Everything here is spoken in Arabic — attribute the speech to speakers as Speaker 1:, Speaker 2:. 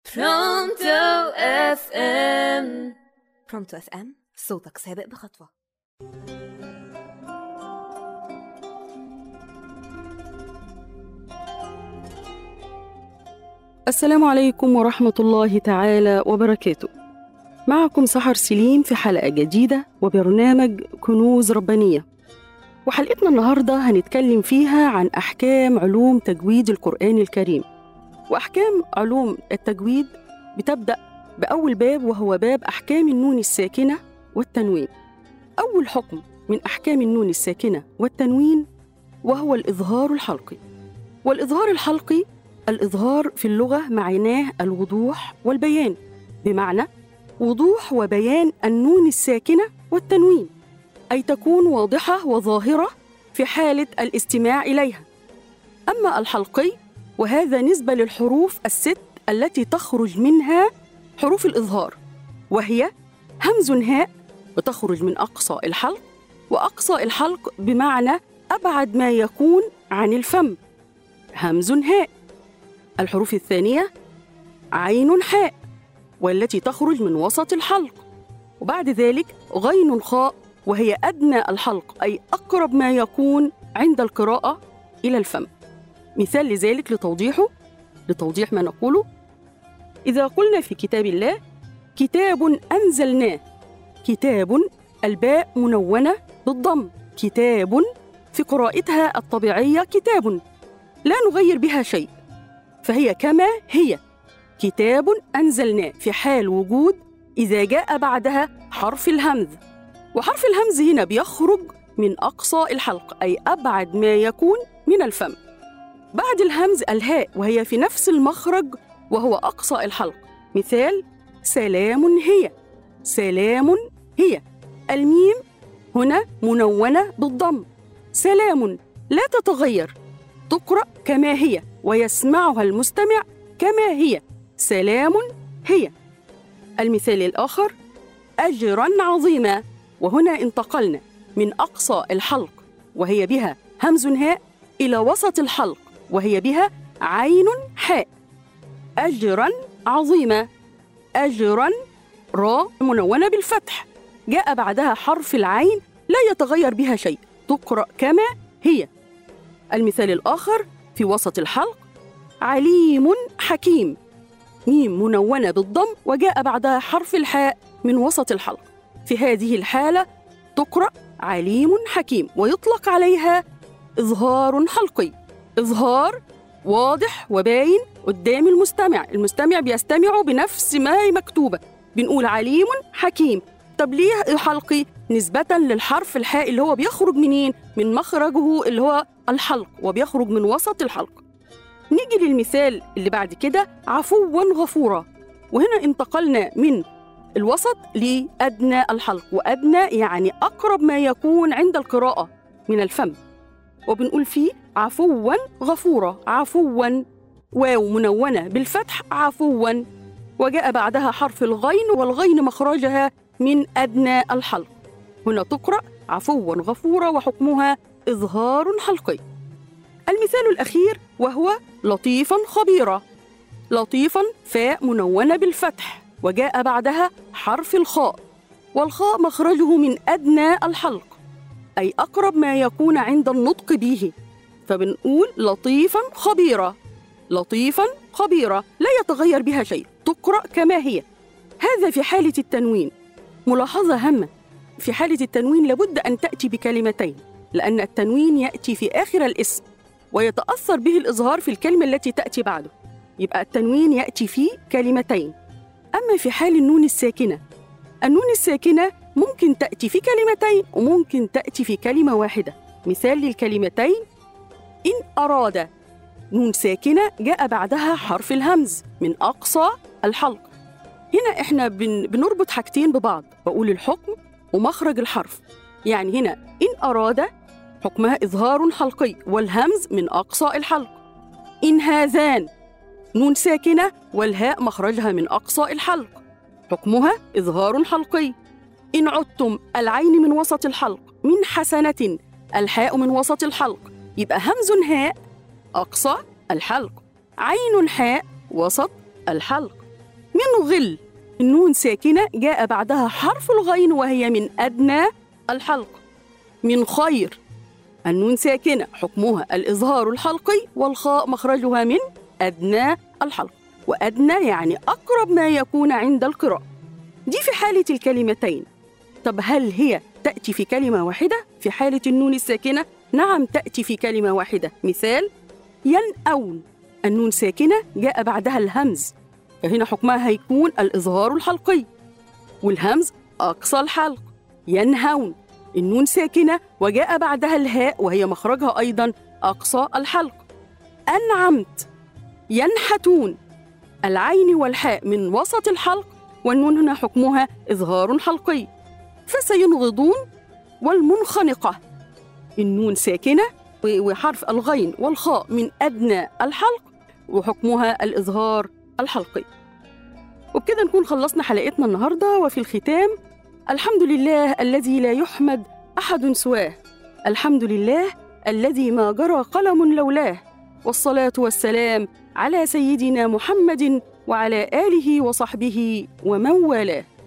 Speaker 1: برونتو اف ام.
Speaker 2: برونتو اف ام، صوتك سابق بخطوة.
Speaker 3: السلام عليكم ورحمة الله تعالى وبركاته. معكم سحر سليم في حلقة جديدة وبرنامج كنوز ربانية. وحلقتنا النهاردة هنتكلم فيها عن أحكام علوم تجويد القرآن الكريم. وأحكام علوم التجويد بتبدأ بأول باب، وهو باب أحكام النون الساكنة والتنوين. أول حكم من أحكام النون الساكنة والتنوين وهو الإظهار الحلقي. والإظهار الحلقي، الإظهار في اللغة معناه الوضوح والبيان، بمعنى وضوح وبيان النون الساكنة والتنوين، أي تكون واضحة وظاهرة في حالة الاستماع إليها. أما الحلقي وهذا نسبة للحروف الست التي تخرج منها حروف الإظهار، وهي همز هاء وتخرج من أقصى الحلق، وأقصى الحلق بمعنى أبعد ما يكون عن الفم، همز هاء. الحروف الثانية عين حاء والتي تخرج من وسط الحلق، وبعد ذلك غين خاء وهي أدنى الحلق، أي أقرب ما يكون عند القراءة إلى الفم. مثال لذلك لتوضيح ما نقوله: إذا قلنا في كتاب الله كتاب أنزلناه، كتاب الباء منونة بالضم، كتاب في قراءتها الطبيعية كتاب، لا نغير بها شيء، فهي كما هي، كتاب أنزلناه، في حال وجود إذا جاء بعدها حرف الهمز. وحرف الهمز هنا بيخرج من أقصى الحلق، أي أبعد ما يكون من الفم. بعد الهمز الهاء وهي في نفس المخرج وهو أقصى الحلق. مثال: سلام هي، سلام هي. الميم هنا منونة بالضم، سلام لا تتغير، تقرأ كما هي ويسمعها المستمع كما هي، سلام هي. المثال الآخر: أجرا عظيما، وهنا انتقلنا من أقصى الحلق وهي بها همز هاء إلى وسط الحلق وهي بها عين حاء، أجرا عظيما. أجرا راء منونة بالفتح، جاء بعدها حرف العين لا يتغير بها شيء، تقرأ كما هي. المثال الآخر في وسط الحلق: عليم حكيم، ميم منونة بالضم وجاء بعدها حرف الحاء من وسط الحلق، في هذه الحالة تقرأ عليم حكيم، ويطلق عليها إظهار حلقي، إظهار واضح وباين قدام المستمع بيستمع بنفس ما مكتوبة، بنقول عليم حكيم. طب ليه حلقي؟ نسبة للحرف الحاء اللي هو بيخرج منين؟ من مخرجه اللي هو الحلق، وبيخرج من وسط الحلق. نيجي للمثال اللي بعد كده: عفوا غفورا، وهنا انتقلنا من الوسط لأدنى الحلق، وأدنى يعني أقرب ما يكون عند القراءة من الفم، وبنقول فيه عفوا غفورا، عفوا واو منونة بالفتح عفوا، وجاء بعدها حرف الغين، والغين مخرجها من أدنى الحلق، هنا تقرأ عفوا غفورا، وحكمها إظهار حلقي. المثال الأخير وهو لطيفا خبيرا، لطيفا فاء منونة بالفتح وجاء بعدها حرف الخاء، والخاء مخرجه من أدنى الحلق، أي أقرب ما يكون عند النطق به، فبنقول لطيفا خبيرا، لطيفا خبيرا لا يتغير بها شيء، تقرأ كما هي. هذا في حالة التنوين. ملاحظة هامة: في حالة التنوين لابد أن تأتي بكلمتين، لأن التنوين يأتي في آخر الاسم ويتأثر به الإظهار في الكلمة التي تأتي بعده، يبقى التنوين يأتي في كلمتين. أما في حال النون الساكنة، النون الساكنة ممكن تأتي في كلمتين وممكن تأتي في كلمة واحدة. مثال للكلمتين: إن أراد، نون ساكنة جاء بعدها حرف الهمز من أقصى الحلق. هنا إحنا بنربط حاجتين ببعض، بقول الحكم ومخرج الحرف. يعني هنا إن أراد حكمها إظهار حلقي والهمز من أقصى الحلق. إن هذان، نون ساكنة والهاء مخرجها من أقصى الحلق، حكمها إظهار حلقي. إن عدتم، العين من وسط الحلق، من حسنة الحاء من وسط الحلق، يبقى همز هاء أقصى الحلق، عين حاء وسط الحلق. غل. النون ساكنة جاء بعدها حرف الغين وهي من أدنى الحلق. من خير، النون ساكنة حكمها الإظهار الحلقي، والخاء مخرجها من أدنى الحلق، وأدنى يعني أقرب ما يكون عند القراءة. دي في حالة الكلمتين. طب هل هي تأتي في كلمة واحدة؟ في حالة النون الساكنة نعم تأتي في كلمة واحدة. مثال: ينأون، النون ساكنة جاء بعدها الهمز، فهنا حكمها هيكون الإظهار الحلقي، والهمز أقصى الحلق. ينهون، النون ساكنة وجاء بعدها الهاء وهي مخرجها أيضاً أقصى الحلق. أنعمت. ينحتون، العين والحاء من وسط الحلق، والنون هنا حكمها إظهار حلقي. فسينغضون. والمنخنقة، النون ساكنة وحرف الغين والخاء من أدنى الحلق، وحكمها الإظهار الحلقي. وبكده نكون خلصنا حلقتنا النهاردة. وفي الختام، الحمد لله الذي لا يحمد أحد سواه، الحمد لله الذي ما جرى قلم لولاه، والصلاة والسلام على سيدنا محمد وعلى آله وصحبه ومن والاه.